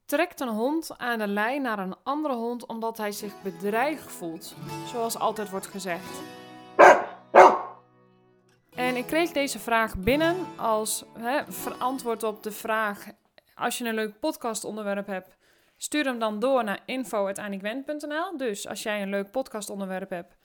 trekt een hond aan de lijn naar een andere hond omdat hij zich bedreigd voelt, zoals altijd wordt gezegd. En ik kreeg deze vraag binnen als verantwoord op de vraag: als je een leuk podcastonderwerp hebt, stuur hem dan door naar info@anikwent.nl. Dus als jij een leuk podcastonderwerp hebt,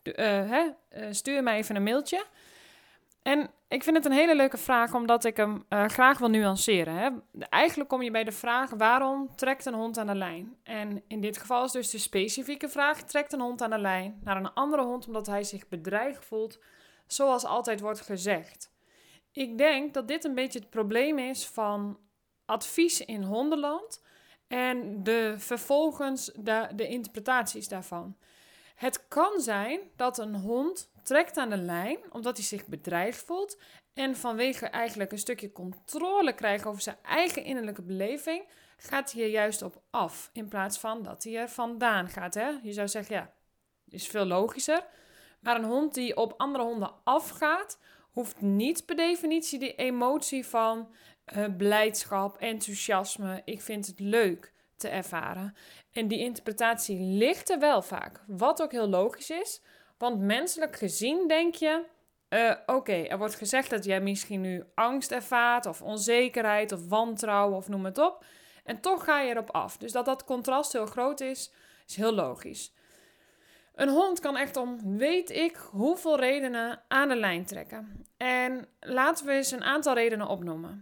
stuur mij even een mailtje. En ik vind het een hele leuke vraag, omdat ik hem graag wil nuanceren. Hè. Eigenlijk kom je bij de vraag: waarom trekt een hond aan de lijn? En in dit geval is dus de specifieke vraag: trekt een hond aan de lijn naar een andere hond omdat hij zich bedreigd voelt, zoals altijd wordt gezegd? Ik denk dat dit een beetje het probleem is van advies in hondenland en vervolgens de interpretaties daarvan. Het kan zijn dat een hond trekt aan de lijn omdat hij zich bedreigd voelt en vanwege eigenlijk een stukje controle krijgen over zijn eigen innerlijke beleving, gaat hij er juist op af in plaats van dat hij er vandaan gaat. Hè? Je zou zeggen, ja, is veel logischer. Maar een hond die op andere honden afgaat, hoeft niet per definitie de emotie van blijdschap, enthousiasme, ik vind het leuk te ervaren. En die interpretatie ligt er wel vaak, wat ook heel logisch is. Want menselijk gezien denk je, oké, er wordt gezegd dat jij misschien nu angst ervaart of onzekerheid of wantrouwen of noem het op. En toch ga je erop af. Dus dat contrast heel groot is heel logisch. Een hond kan echt om weet ik hoeveel redenen aan de lijn trekken. En laten we eens een aantal redenen opnoemen.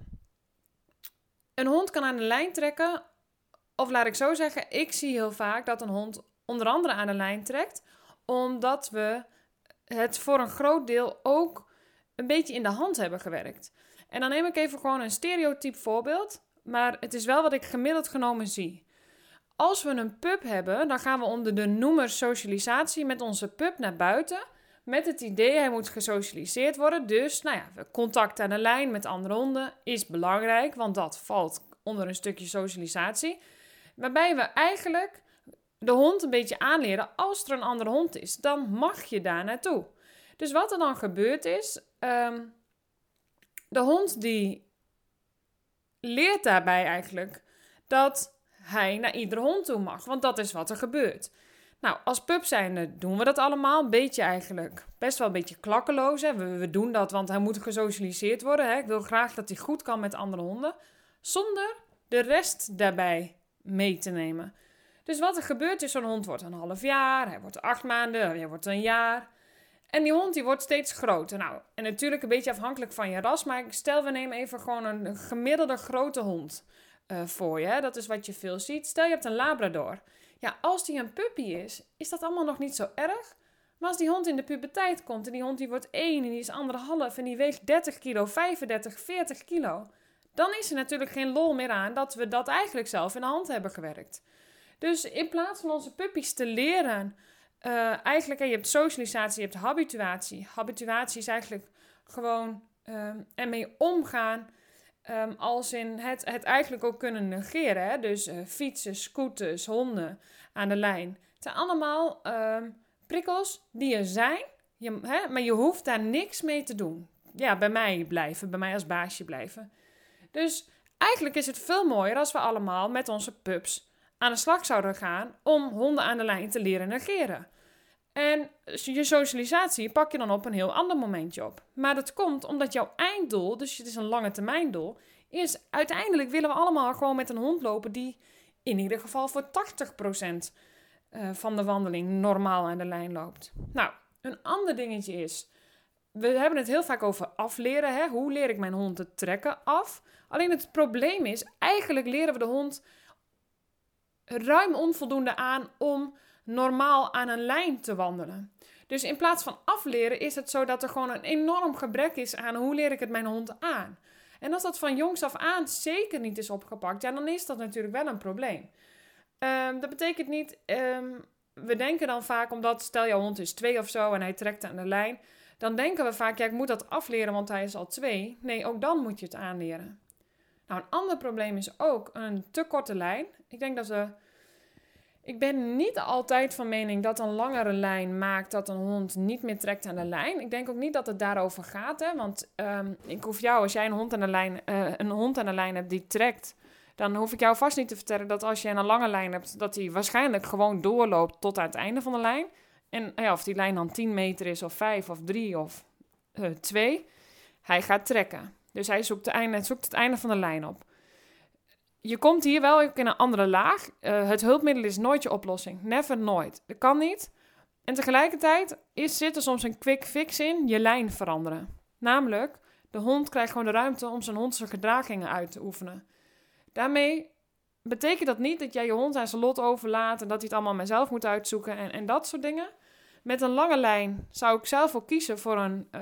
Een hond kan aan de lijn trekken, of laat ik zo zeggen, ik zie heel vaak dat een hond onder andere aan de lijn trekt, omdat we het voor een groot deel ook een beetje in de hand hebben gewerkt. En dan neem ik even gewoon een stereotyp voorbeeld, maar het is wel wat ik gemiddeld genomen zie. Als we een pup hebben, dan gaan we onder de noemer socialisatie met onze pup naar buiten, met het idee hij moet gesocialiseerd worden. Dus, contact aan de lijn met andere honden is belangrijk, want dat valt onder een stukje socialisatie. Waarbij we eigenlijk de hond een beetje aanleren, als er een andere hond is, dan mag je daar naartoe. Dus wat er dan gebeurt is, de hond die leert daarbij eigenlijk dat hij naar iedere hond toe mag, want dat is wat er gebeurt. Nou, als pup zijnde doen we dat allemaal, een beetje eigenlijk, best wel een beetje klakkeloos. Hè? We doen dat, want hij moet gesocialiseerd worden. Hè? Ik wil graag dat hij goed kan met andere honden, zonder de rest daarbij mee te nemen. Dus wat er gebeurt is, zo'n hond wordt een half jaar, hij wordt 8 maanden, hij wordt een jaar. En die hond die wordt steeds groter. Nou, en natuurlijk een beetje afhankelijk van je ras, maar stel we nemen even gewoon een gemiddelde grote hond voor je. Hè? Dat is wat je veel ziet. Stel je hebt een Labrador. Ja, als die een puppy is dat allemaal nog niet zo erg. Maar als die hond in de puberteit komt en die hond die wordt 1 en die is 1,5 en die weegt 30 kilo, 35, 40 kilo. Dan is er natuurlijk geen lol meer aan dat we dat eigenlijk zelf in de hand hebben gewerkt. Dus in plaats van onze puppies te leren, je hebt socialisatie, je hebt habituatie. Habituatie is eigenlijk gewoon ermee omgaan, als in het eigenlijk ook kunnen negeren. Hè? Dus fietsen, scooters, honden aan de lijn. Het zijn allemaal prikkels die er zijn, maar je hoeft daar niks mee te doen. Ja, bij mij als baasje blijven. Dus eigenlijk is het veel mooier als we allemaal met onze pups aan de slag zouden gaan om honden aan de lijn te leren negeren. En je socialisatie pak je dan op een heel ander momentje op. Maar dat komt omdat jouw einddoel, dus het is een lange termijn doel, is uiteindelijk willen we allemaal gewoon met een hond lopen die in ieder geval voor 80% van de wandeling normaal aan de lijn loopt. Nou, een ander dingetje is, we hebben het heel vaak over afleren. Hè? Hoe leer ik mijn hond het trekken af? Alleen het probleem is, eigenlijk leren we de hond ruim onvoldoende aan om normaal aan een lijn te wandelen. Dus in plaats van afleren is het zo dat er gewoon een enorm gebrek is aan hoe leer ik het mijn hond aan. En als dat van jongs af aan zeker niet is opgepakt, ja, dan is dat natuurlijk wel een probleem. Dat betekent niet, we denken dan vaak, omdat stel jouw hond is 2 of zo en hij trekt aan de lijn, dan denken we vaak, ja, ik moet dat afleren, want hij is al 2. Nee, ook dan moet je het aanleren. Nou, een ander probleem is ook een te korte lijn. Ik ben niet altijd van mening dat een langere lijn maakt dat een hond niet meer trekt aan de lijn. Ik denk ook niet dat het daarover gaat, hè? Want ik hoef jou, als jij een hond aan de lijn hebt die trekt, dan hoef ik jou vast niet te vertellen dat als je een lange lijn hebt, dat die waarschijnlijk gewoon doorloopt tot aan het einde van de lijn. En of die lijn dan 10 meter is, of 5, of 3, of 2, hij gaat trekken. Dus hij zoekt het einde van de lijn op. Je komt hier wel ook in een andere laag. Het hulpmiddel is nooit je oplossing. Never, nooit. Dat kan niet. En tegelijkertijd zit er soms een quick fix in, je lijn veranderen. Namelijk, de hond krijgt gewoon de ruimte om zijn hondse gedragingen uit te oefenen. Daarmee betekent dat niet dat jij je hond aan zijn lot overlaat en dat hij het allemaal maar zelf moet uitzoeken en dat soort dingen. Met een lange lijn zou ik zelf ook kiezen voor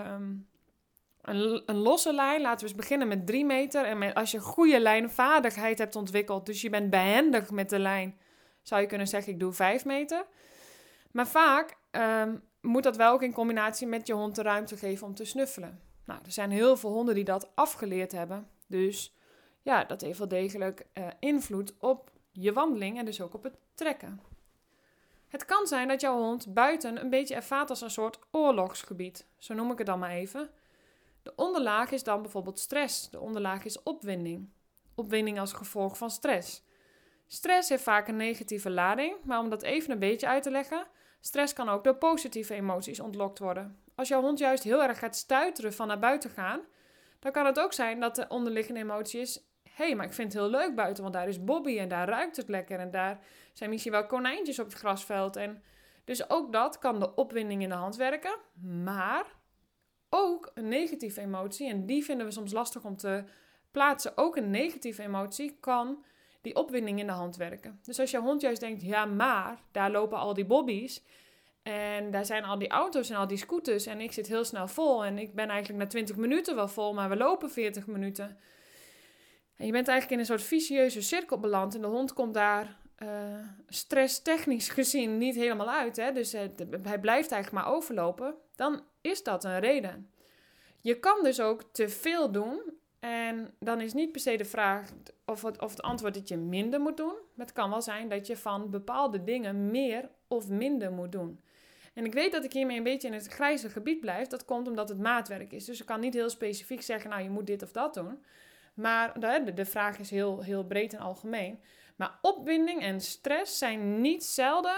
een losse lijn. Laten we eens beginnen met 3 meter. En als je goede lijnvaardigheid hebt ontwikkeld, dus je bent behendig met de lijn, zou je kunnen zeggen, ik doe 5 meter. Maar vaak moet dat wel ook in combinatie met je hond de ruimte geven om te snuffelen. Nou, er zijn heel veel honden die dat afgeleerd hebben. Dus ja, dat heeft wel degelijk invloed op je wandeling en dus ook op het trekken. Het kan zijn dat jouw hond buiten een beetje ervaart als een soort oorlogsgebied. Zo noem ik het dan maar even. De onderlaag is dan bijvoorbeeld stress. De onderlaag is opwinding. Opwinding als gevolg van stress. Stress heeft vaak een negatieve lading, maar om dat even een beetje uit te leggen, stress kan ook door positieve emoties ontlokt worden. Als jouw hond juist heel erg gaat stuiteren van naar buiten gaan, dan kan het ook zijn dat de onderliggende emotie is, maar ik vind het heel leuk buiten, want daar is Bobby en daar ruikt het lekker en daar zijn misschien wel konijntjes op het grasveld. En dus ook dat kan de opwinding in de hand werken, maar ook een negatieve emotie, en die vinden we soms lastig om te plaatsen, ook een negatieve emotie kan die opwinding in de hand werken. Dus als jouw hond juist denkt, ja maar, daar lopen al die bobby's en daar zijn al die auto's en al die scooters en ik zit heel snel vol en ik ben eigenlijk na 20 minuten wel vol, maar we lopen 40 minuten. En je bent eigenlijk in een soort vicieuze cirkel beland en de hond komt daar stresstechnisch gezien niet helemaal uit. Hè? Dus hij blijft eigenlijk maar overlopen. Dan is dat een reden. Je kan dus ook te veel doen. En dan is niet per se de vraag of het antwoord dat je minder moet doen. Maar het kan wel zijn dat je van bepaalde dingen meer of minder moet doen. En ik weet dat ik hiermee een beetje in het grijze gebied blijf. Dat komt omdat het maatwerk is. Dus ik kan niet heel specifiek zeggen, nou je moet dit of dat doen. Maar de vraag is heel, heel breed en algemeen. Maar opwinding en stress zijn niet zelden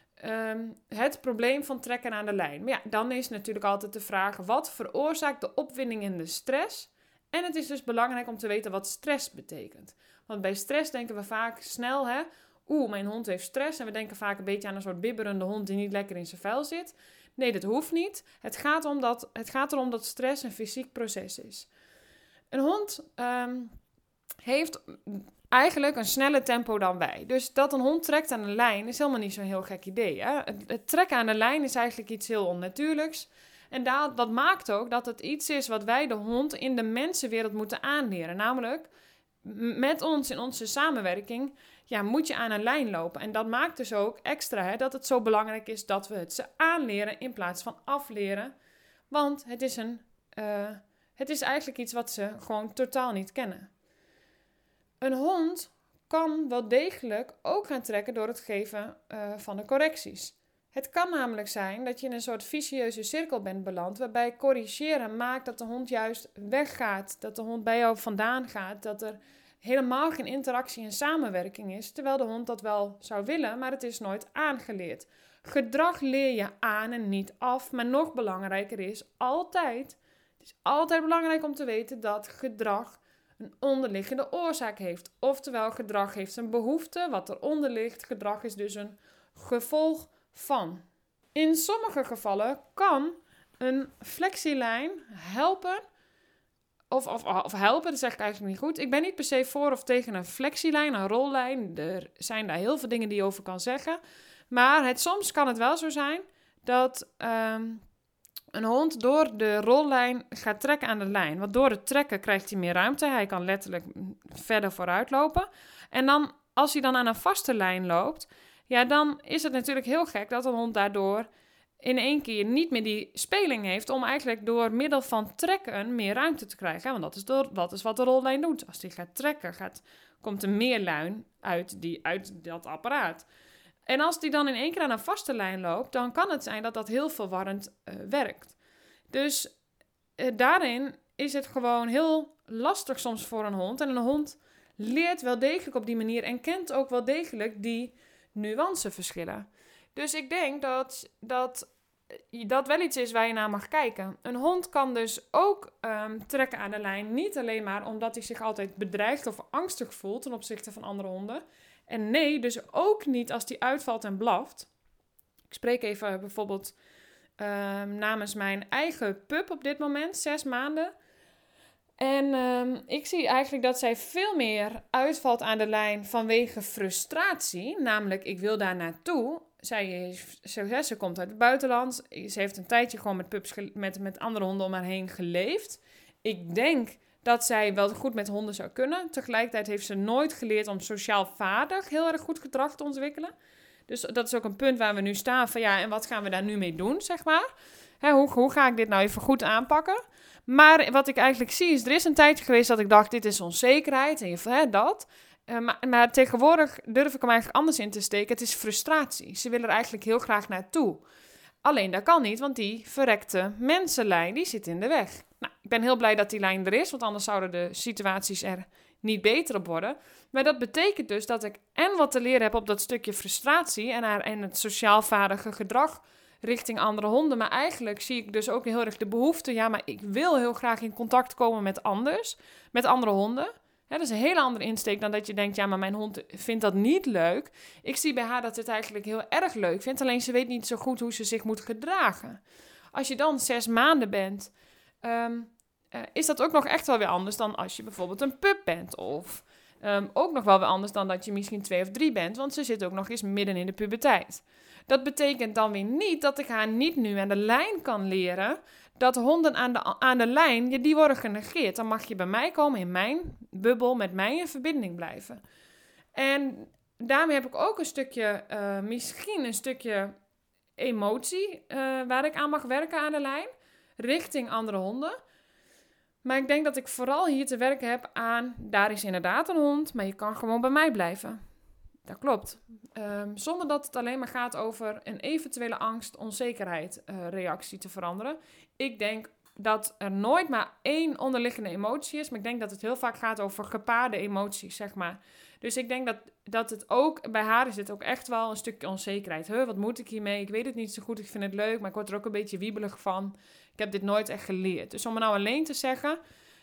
het probleem van trekken aan de lijn. Maar ja, dan is natuurlijk altijd de vraag, wat veroorzaakt de opwinding en de stress? En het is dus belangrijk om te weten wat stress betekent. Want bij stress denken we vaak snel, mijn hond heeft stress. En we denken vaak een beetje aan een soort bibberende hond die niet lekker in zijn vel zit. Nee, dat hoeft niet. Het gaat erom dat stress een fysiek proces is. Een hond heeft eigenlijk een sneller tempo dan wij. Dus dat een hond trekt aan een lijn is helemaal niet zo'n heel gek idee. Hè? Het trekken aan de lijn is eigenlijk iets heel onnatuurlijks. En dat maakt ook dat het iets is wat wij de hond in de mensenwereld moeten aanleren. Namelijk, met ons in onze samenwerking moet je aan een lijn lopen. En dat maakt dus ook extra dat het zo belangrijk is dat we het ze aanleren in plaats van afleren. Want het is eigenlijk iets wat ze gewoon totaal niet kennen. Een hond kan wel degelijk ook gaan trekken door het geven van de correcties. Het kan namelijk zijn dat je in een soort vicieuze cirkel bent beland, waarbij corrigeren maakt dat de hond juist weggaat, dat de hond bij jou vandaan gaat, dat er helemaal geen interactie en samenwerking is, terwijl de hond dat wel zou willen, maar het is nooit aangeleerd. Gedrag leer je aan en niet af, maar nog belangrijker is het is altijd belangrijk om te weten dat gedrag een onderliggende oorzaak heeft. Oftewel, gedrag heeft een behoefte, wat eronder ligt. Gedrag is dus een gevolg van. In sommige gevallen kan een flexielijn helpen, of helpen, dat zeg ik eigenlijk niet goed. Ik ben niet per se voor of tegen een flexielijn, een rollijn. Er zijn daar heel veel dingen die je over kan zeggen. Maar soms kan het wel zo zijn dat een hond door de rollijn gaat trekken aan de lijn. Want door het trekken krijgt hij meer ruimte. Hij kan letterlijk verder vooruit lopen. En dan, als hij dan aan een vaste lijn loopt, dan is het natuurlijk heel gek dat een hond daardoor in één keer niet meer die speling heeft om eigenlijk door middel van trekken meer ruimte te krijgen. Want dat is wat de rollijn doet. Als hij gaat trekken, komt er meer luin uit dat apparaat. En als die dan in één keer aan een vaste lijn loopt, dan kan het zijn dat dat heel verwarrend werkt. Dus daarin is het gewoon heel lastig soms voor een hond. En een hond leert wel degelijk op die manier en kent ook wel degelijk die nuanceverschillen. Dus ik denk dat wel iets is waar je naar mag kijken. Een hond kan dus ook trekken aan de lijn. Niet alleen maar omdat hij zich altijd bedreigd of angstig voelt ten opzichte van andere honden. En nee, dus ook niet als hij uitvalt en blaft. Ik spreek even bijvoorbeeld namens mijn eigen pup op dit moment, 6 maanden. En ik zie eigenlijk dat zij veel meer uitvalt aan de lijn vanwege frustratie. Namelijk, ik wil daar naartoe. Ze komt uit het buitenland. Ze heeft een tijdje gewoon met pups, met andere honden om haar heen geleefd. Ik denk dat zij wel goed met honden zou kunnen. Tegelijkertijd heeft ze nooit geleerd om sociaal vaardig heel erg goed gedrag te ontwikkelen. Dus dat is ook een punt waar we nu staan van ja, en wat gaan we daar nu mee doen, zeg maar. Hoe ga ik dit nou even goed aanpakken? Maar wat ik eigenlijk zie is, er is een tijdje geweest dat ik dacht, dit is onzekerheid en dat. Maar tegenwoordig durf ik hem eigenlijk anders in te steken. Het is frustratie. Ze willen er eigenlijk heel graag naartoe. Alleen dat kan niet, want die verrekte mensenlijn, die zit in de weg. Nou, ik ben heel blij dat die lijn er is, want anders zouden de situaties er niet beter op worden. Maar dat betekent dus dat ik en wat te leren heb op dat stukje frustratie en het sociaal vaardige gedrag richting andere honden. Maar eigenlijk zie ik dus ook heel erg de behoefte. Ja, maar ik wil heel graag in contact komen met andere honden. Ja, dat is een hele andere insteek dan dat je denkt, ja, maar mijn hond vindt dat niet leuk. Ik zie bij haar dat ze het eigenlijk heel erg leuk vindt. Alleen ze weet niet zo goed hoe ze zich moet gedragen. Als je dan 6 maanden bent, is dat ook nog echt wel weer anders dan als je bijvoorbeeld een pup bent. Of ook nog wel weer anders dan dat je misschien 2 of 3 bent. Want ze zit ook nog eens midden in de puberteit. Dat betekent dan weer niet dat ik haar niet nu aan de lijn kan leren. Dat honden aan de lijn, die worden genegeerd. Dan mag je bij mij komen in mijn bubbel, met mij in verbinding blijven. En daarmee heb ik ook misschien een stukje emotie waar ik aan mag werken aan de lijn. Richting andere honden. Maar ik denk dat ik vooral hier te werken heb aan, daar is inderdaad een hond, maar je kan gewoon bij mij blijven. Dat klopt. Zonder dat het alleen maar gaat over een eventuele angst, onzekerheid reactie te veranderen. Ik denk dat er nooit maar 1 onderliggende emotie is. Maar ik denk dat het heel vaak gaat over gepaarde emoties, zeg maar. Dus ik denk dat het ook, bij haar is het ook echt wel een stukje onzekerheid. Wat moet ik hiermee? Ik weet het niet zo goed, ik vind het leuk, maar ik word er ook een beetje wiebelig van. Ik heb dit nooit echt geleerd. Dus om er nou alleen te zeggen,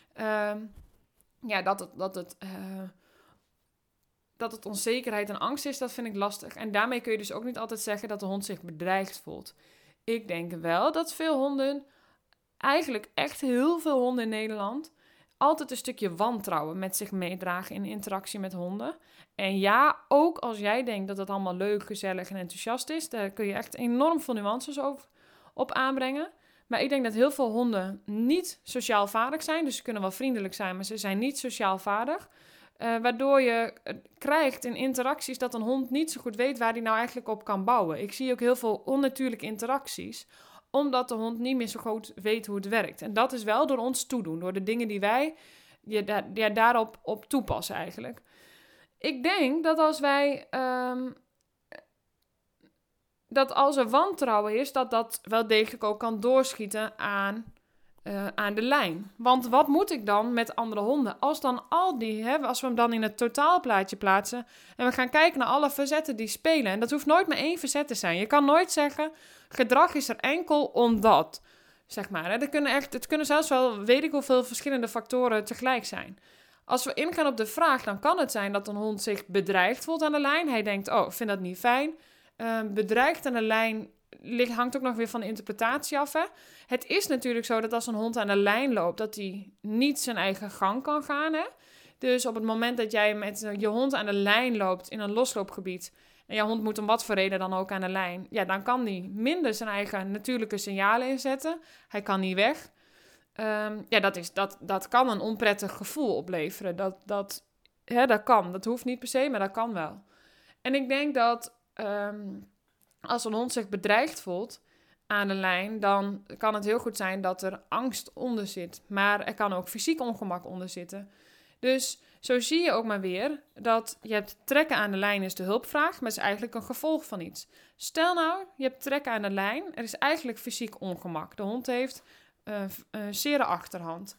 dat het onzekerheid en angst is, dat vind ik lastig. En daarmee kun je dus ook niet altijd zeggen dat de hond zich bedreigd voelt. Ik denk wel dat veel honden, eigenlijk echt heel veel honden in Nederland, altijd een stukje wantrouwen met zich meedragen in interactie met honden. En ja, ook als jij denkt dat het allemaal leuk, gezellig en enthousiast is, daar kun je echt enorm veel nuances op aanbrengen. Maar ik denk dat heel veel honden niet sociaal vaardig zijn. Dus ze kunnen wel vriendelijk zijn, maar ze zijn niet sociaal vaardig. Waardoor je krijgt in interacties dat een hond niet zo goed weet waar hij nou eigenlijk op kan bouwen. Ik zie ook heel veel onnatuurlijke interacties, omdat de hond niet meer zo goed weet hoe het werkt. En dat is wel door ons toedoen, door de dingen die wij daarop toepassen eigenlijk. Ik denk dat als er wantrouwen is, dat wel degelijk ook kan doorschieten aan de lijn. Want wat moet ik dan met andere honden? Als we hem dan in het totaalplaatje plaatsen en we gaan kijken naar alle verzetten die spelen. En dat hoeft nooit maar 1 verzet te zijn. Je kan nooit zeggen, gedrag is er enkel omdat, zeg maar. Het kunnen zelfs wel, weet ik hoeveel verschillende factoren tegelijk zijn. Als we ingaan op de vraag, dan kan het zijn dat een hond zich bedreigd voelt aan de lijn. Hij denkt, ik vind dat niet fijn. Bedreigd aan de lijn hangt ook nog weer van de interpretatie af. Hè? Het is natuurlijk zo dat als een hond aan de lijn loopt, dat hij niet zijn eigen gang kan gaan. Hè? Dus op het moment dat jij met je hond aan de lijn loopt in een losloopgebied en je hond moet om wat voor reden dan ook aan de lijn, ja, dan kan hij minder zijn eigen natuurlijke signalen inzetten. Hij kan niet weg. Dat kan een onprettig gevoel opleveren. Dat kan. Dat hoeft niet per se, maar dat kan wel. En ik denk dat als een hond zich bedreigd voelt aan de lijn, dan kan het heel goed zijn dat er angst onder zit. Maar er kan ook fysiek ongemak onder zitten. Dus zo zie je ook maar weer dat je hebt trekken aan de lijn is de hulpvraag, maar het is eigenlijk een gevolg van iets. Stel nou, je hebt trekken aan de lijn, er is eigenlijk fysiek ongemak. De hond heeft een zere achterhand.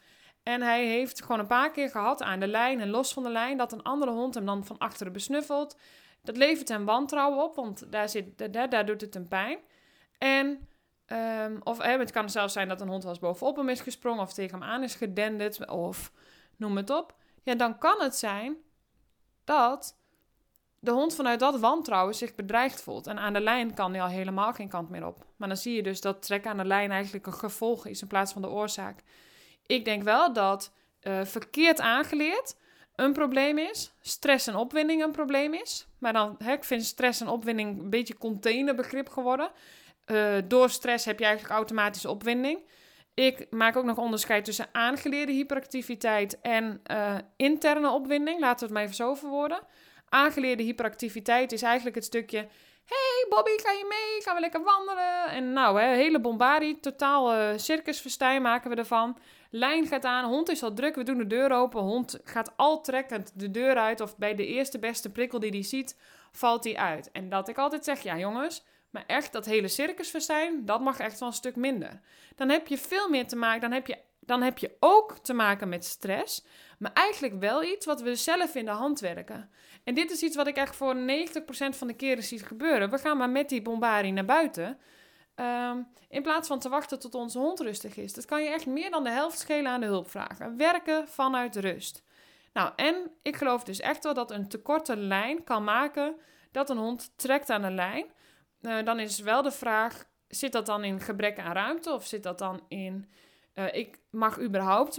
En hij heeft gewoon een paar keer gehad aan de lijn en los van de lijn, dat een andere hond hem dan van achteren besnuffelt. Dat levert hem wantrouwen op, want daar doet het hem pijn. En het kan zelfs zijn dat een hond wel eens bovenop hem is gesprongen of tegen hem aan is gedenderd of noem het op. Ja, dan kan het zijn dat de hond vanuit dat wantrouwen zich bedreigd voelt. En aan de lijn kan hij al helemaal geen kant meer op. Maar dan zie je dus dat trekken aan de lijn eigenlijk een gevolg is in plaats van de oorzaak. Ik denk wel dat verkeerd aangeleerd een probleem is. Stress en opwinding een probleem is. Maar dan, ik vind stress en opwinding een beetje containerbegrip geworden. Door stress heb je eigenlijk automatisch opwinding. Ik maak ook nog onderscheid tussen aangeleerde hyperactiviteit en interne opwinding. Laten we het maar even zo verwoorden. Aangeleerde hyperactiviteit is eigenlijk het stukje... Hey Bobby, ga je mee? Gaan we lekker wandelen? En nou, hele bombardie, totaal circusfestijn maken we ervan. Lijn gaat aan, hond is al druk, we doen de deur open. Hond gaat al trekkend de deur uit of bij de eerste beste prikkel die hij ziet, valt hij uit. En dat ik altijd zeg, ja jongens, maar echt dat hele circusfestijn, dat mag echt wel een stuk minder. Dan heb je veel meer te maken, dan heb je ook te maken met stress, maar eigenlijk wel iets wat we zelf in de hand werken. En dit is iets wat ik echt voor 90% van de keren zie gebeuren. We gaan maar met die bombardie naar buiten, in plaats van te wachten tot onze hond rustig is. Dat kan je echt meer dan de helft schelen aan de hulpvragen. Werken vanuit rust. Nou, en ik geloof dus echt wel dat een te korte lijn kan maken dat een hond trekt aan de lijn. Dan is wel de vraag, zit dat dan in gebrek aan ruimte of zit dat dan in... ik mag überhaupt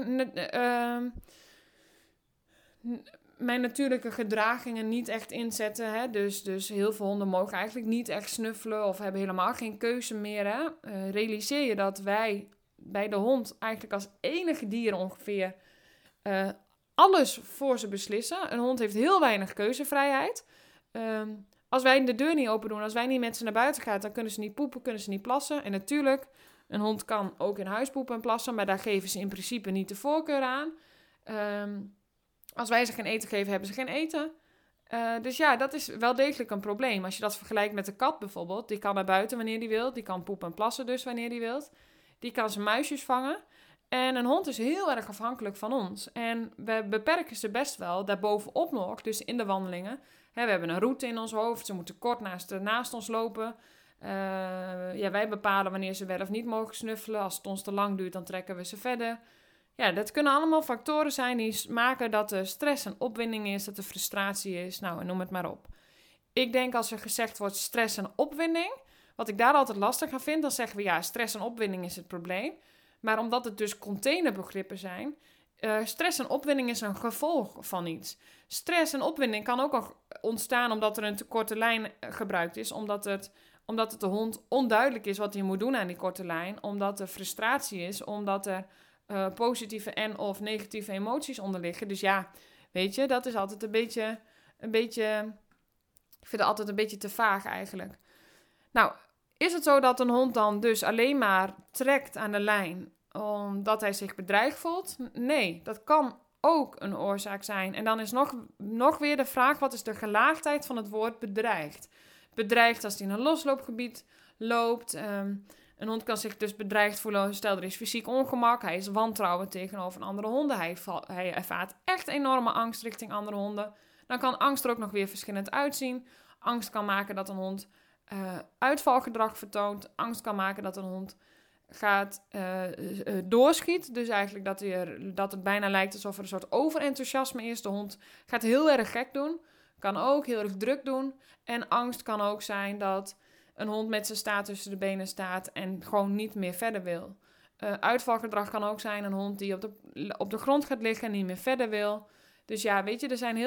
mijn natuurlijke gedragingen niet echt inzetten. Hè? Dus heel veel honden mogen eigenlijk niet echt snuffelen of hebben helemaal geen keuze meer. Hè? Realiseer je dat wij bij de hond eigenlijk als enige dier ongeveer alles voor ze beslissen. Een hond heeft heel weinig keuzevrijheid. Als wij de deur niet open doen, als wij niet met ze naar buiten gaan, dan kunnen ze niet poepen, kunnen ze niet plassen. En natuurlijk, een hond kan ook in huis poepen en plassen, maar daar geven ze in principe niet de voorkeur aan. Als wij ze geen eten geven, hebben ze geen eten. Dus ja, dat is wel degelijk een probleem. Als je dat vergelijkt met de kat bijvoorbeeld, die kan naar buiten wanneer die wil, die kan poepen en plassen dus wanneer die wil. Die kan zijn muisjes vangen. En een hond is heel erg afhankelijk van ons. En we beperken ze best wel daarbovenop nog, dus in de wandelingen. We hebben een route in ons hoofd, ze moeten kort naast ons lopen. Wij bepalen wanneer ze wel of niet mogen snuffelen. Als het ons te lang duurt, dan trekken we ze verder. Ja, dat kunnen allemaal factoren zijn die maken dat er stress en opwinding is, dat er frustratie is. Nou, noem het maar op. Ik denk als er gezegd wordt stress en opwinding, wat ik daar altijd lastig aan vind, dan zeggen we ja, stress en opwinding is het probleem. Maar omdat het dus containerbegrippen zijn, stress en opwinding is een gevolg van iets. Stress en opwinding kan ook al ontstaan omdat er een te korte lijn gebruikt is, omdat het de hond onduidelijk is wat hij moet doen aan die korte lijn, omdat er frustratie is, omdat er positieve en of negatieve emoties onder liggen. Dus ja, weet je, dat is altijd een beetje, ik vind het altijd een beetje te vaag eigenlijk. Nou, is het zo dat een hond dan dus alleen maar trekt aan de lijn omdat hij zich bedreigd voelt? Nee, dat kan ook een oorzaak zijn. En dan is nog weer de vraag, wat is de gelaagdheid van het woord bedreigd? Bedreigd als hij in een losloopgebied loopt. Een hond kan zich dus bedreigd voelen. Stel, er is fysiek ongemak. Hij is wantrouwen tegenover andere honden. Hij ervaart echt enorme angst richting andere honden. Dan kan angst er ook nog weer verschillend uitzien. Angst kan maken dat een hond uitvalgedrag vertoont. Angst kan maken dat een hond gaat doorschiet. Dus eigenlijk dat het bijna lijkt alsof er een soort overenthousiasme is. De hond gaat heel erg gek doen. Kan ook heel erg druk doen. En angst kan ook zijn dat een hond met zijn staart tussen de benen staat en gewoon niet meer verder wil. Uitvalgedrag kan ook zijn een hond die op de grond gaat liggen en niet meer verder wil. Dus ja, weet je, er zijn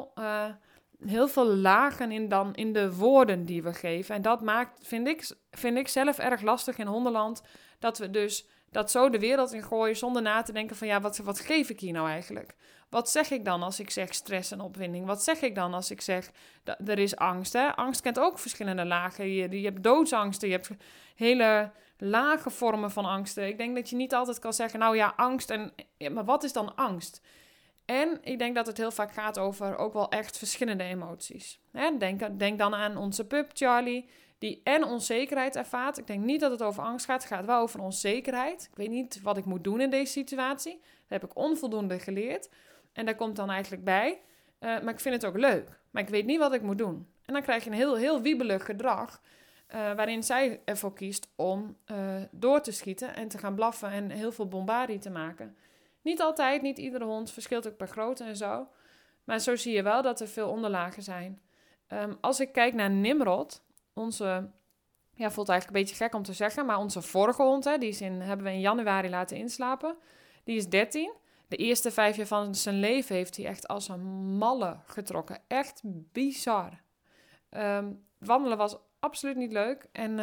heel veel lagen in de woorden die we geven. En dat maakt, vind ik zelf erg lastig in hondenland, dat we dus dat zo de wereld in gooien zonder na te denken van ja, wat geef ik hier nou eigenlijk? Wat zeg ik dan als ik zeg stress en opwinding? Wat zeg ik dan als ik zeg, er is angst? Hè? Angst kent ook verschillende lagen. Je hebt doodsangsten, je hebt hele lage vormen van angsten. Ik denk dat je niet altijd kan zeggen, nou ja, angst. Maar wat is dan angst? En ik denk dat het heel vaak gaat over ook wel echt verschillende emoties. Denk dan aan onze pup Charlie, die en onzekerheid ervaart. Ik denk niet dat het over angst gaat. Het gaat wel over onzekerheid. Ik weet niet wat ik moet doen in deze situatie. Dat heb ik onvoldoende geleerd. En daar komt dan eigenlijk bij. Maar ik vind het ook leuk. Maar ik weet niet wat ik moet doen. En dan krijg je een heel wiebelig gedrag. Waarin zij ervoor kiest om door te schieten en te gaan blaffen en heel veel bombardie te maken. Niet altijd, niet iedere hond. Verschilt ook per grootte en zo. Maar zo zie je wel dat er veel onderlagen zijn. Als ik kijk naar Nimrod, onze, ja, voelt eigenlijk een beetje gek om te zeggen, maar onze vorige hond, hebben we in januari laten inslapen. Die is 13. De eerste 5 jaar van zijn leven heeft hij echt als een malle getrokken. Echt bizar. Wandelen was absoluut niet leuk. En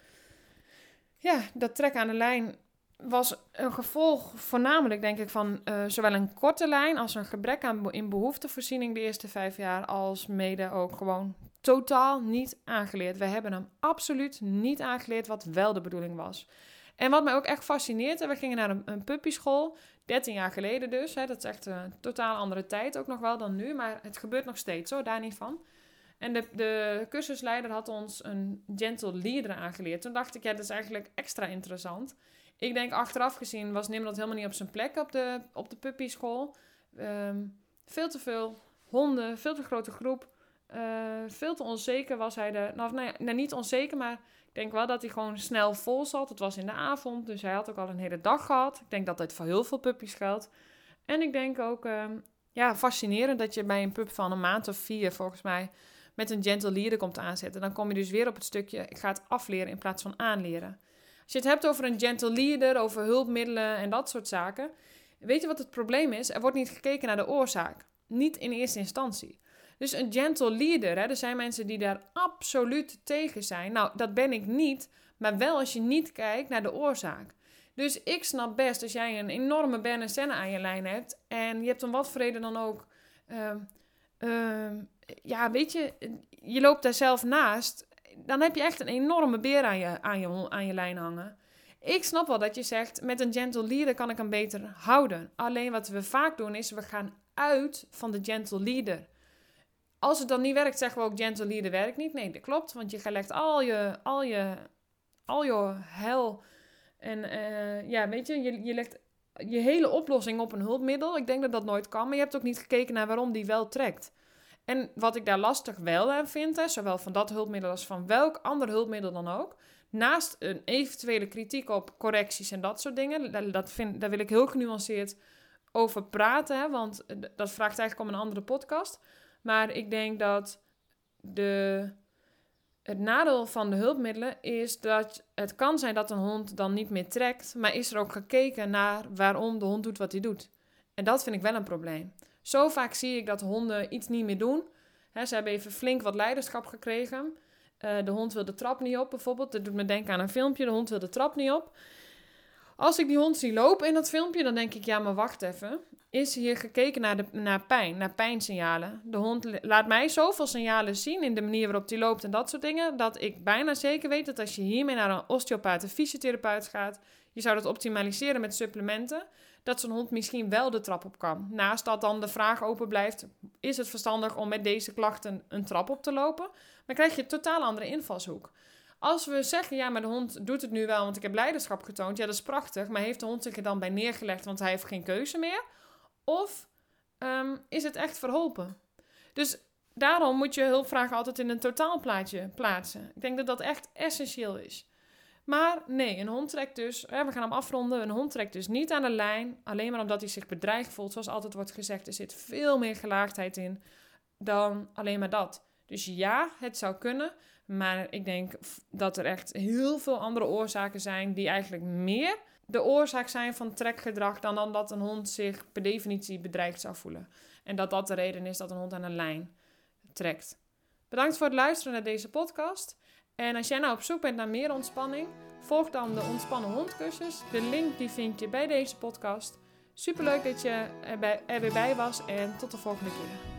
dat trek aan de lijn was een gevolg voornamelijk, denk ik, van zowel een korte lijn als een gebrek aan in behoeftevoorziening de eerste 5 jaar, als mede ook gewoon totaal niet aangeleerd. We hebben hem absoluut niet aangeleerd wat wel de bedoeling was. En wat mij ook echt fascineert, we gingen naar een puppyschool, 13 jaar geleden dus. Dat is echt een totaal andere tijd ook nog wel dan nu, maar het gebeurt nog steeds zo, daar niet van. En de cursusleider had ons een gentle leader aangeleerd. Toen dacht ik, dat is eigenlijk extra interessant. Ik denk, achteraf gezien was Nimrod helemaal niet op zijn plek op de puppyschool. Veel te veel honden, veel te grote groep. Veel te onzeker was hij niet onzeker, maar ik denk wel dat hij gewoon snel vol zat. Het was in de avond, dus hij had ook al een hele dag gehad. Ik denk dat dit voor heel veel puppies geldt. En ik denk ook, fascinerend dat je bij een pup van een maand of 4, volgens mij, met een gentle leader komt aanzetten. Dan kom je dus weer op het stukje, ik ga het afleren in plaats van aanleren. Als je het hebt over een gentle leader, over hulpmiddelen en dat soort zaken. Weet je wat het probleem is? Er wordt niet gekeken naar de oorzaak. Niet in eerste instantie. Dus een gentle leader, er zijn mensen die daar absoluut tegen zijn. Nou, dat ben ik niet, maar wel als je niet kijkt naar de oorzaak. Dus ik snap best als jij een enorme Berner aan je lijn hebt en je hebt om wat voor reden dan ook, je loopt daar zelf naast, dan heb je echt een enorme beer aan je lijn hangen. Ik snap wel dat je zegt, met een gentle leader kan ik hem beter houden. Alleen wat we vaak doen is, we gaan uit van de gentle leader. Als het dan niet werkt, zeggen we ook gentle leader werkt niet. Nee, dat klopt, want je legt al je hel en je legt je hele oplossing op een hulpmiddel. Ik denk dat dat nooit kan, maar je hebt ook niet gekeken naar waarom die wel trekt. En wat ik daar lastig wel aan vind, zowel van dat hulpmiddel als van welk ander hulpmiddel dan ook, naast een eventuele kritiek op correcties en dat soort dingen, daar wil ik heel genuanceerd over praten, want dat vraagt eigenlijk om een andere podcast. Maar ik denk dat het nadeel van de hulpmiddelen is dat het kan zijn dat een hond dan niet meer trekt, maar is er ook gekeken naar waarom de hond doet wat hij doet. En dat vind ik wel een probleem. Zo vaak zie ik dat honden iets niet meer doen. Ze hebben even flink wat leiderschap gekregen. De hond wil de trap niet op bijvoorbeeld. Dat doet me denken aan een filmpje. De hond wil de trap niet op. Als ik die hond zie lopen in dat filmpje, dan denk ik, ja, maar wacht even. Is hier gekeken naar pijn, naar pijnsignalen? De hond laat mij zoveel signalen zien in de manier waarop die loopt en dat soort dingen, dat ik bijna zeker weet dat als je hiermee naar een osteopaat of fysiotherapeut gaat, je zou dat optimaliseren met supplementen, dat zo'n hond misschien wel de trap op kan. Naast dat dan de vraag open blijft, is het verstandig om met deze klachten een trap op te lopen? Dan krijg je een totaal andere invalshoek. Als we zeggen, ja, maar de hond doet het nu wel, want ik heb leiderschap getoond. Ja, dat is prachtig, maar heeft de hond zich er dan bij neergelegd, want hij heeft geen keuze meer? Of is het echt verholpen? Dus daarom moet je hulpvragen altijd in een totaalplaatje plaatsen. Ik denk dat dat echt essentieel is. Maar nee, een hond trekt dus, we gaan hem afronden, een hond trekt dus niet aan de lijn, alleen maar omdat hij zich bedreigd voelt. Zoals altijd wordt gezegd, er zit veel meer gelaagdheid in dan alleen maar dat. Dus ja, het zou kunnen, maar ik denk dat er echt heel veel andere oorzaken zijn die eigenlijk meer de oorzaak zijn van trekgedrag dan dat een hond zich per definitie bedreigd zou voelen. En dat dat de reden is dat een hond aan een lijn trekt. Bedankt voor het luisteren naar deze podcast. En als jij nou op zoek bent naar meer ontspanning, volg dan de Ontspannen Hondcursus. De link die vind je bij deze podcast. Superleuk dat je er weer bij was en tot de volgende keer.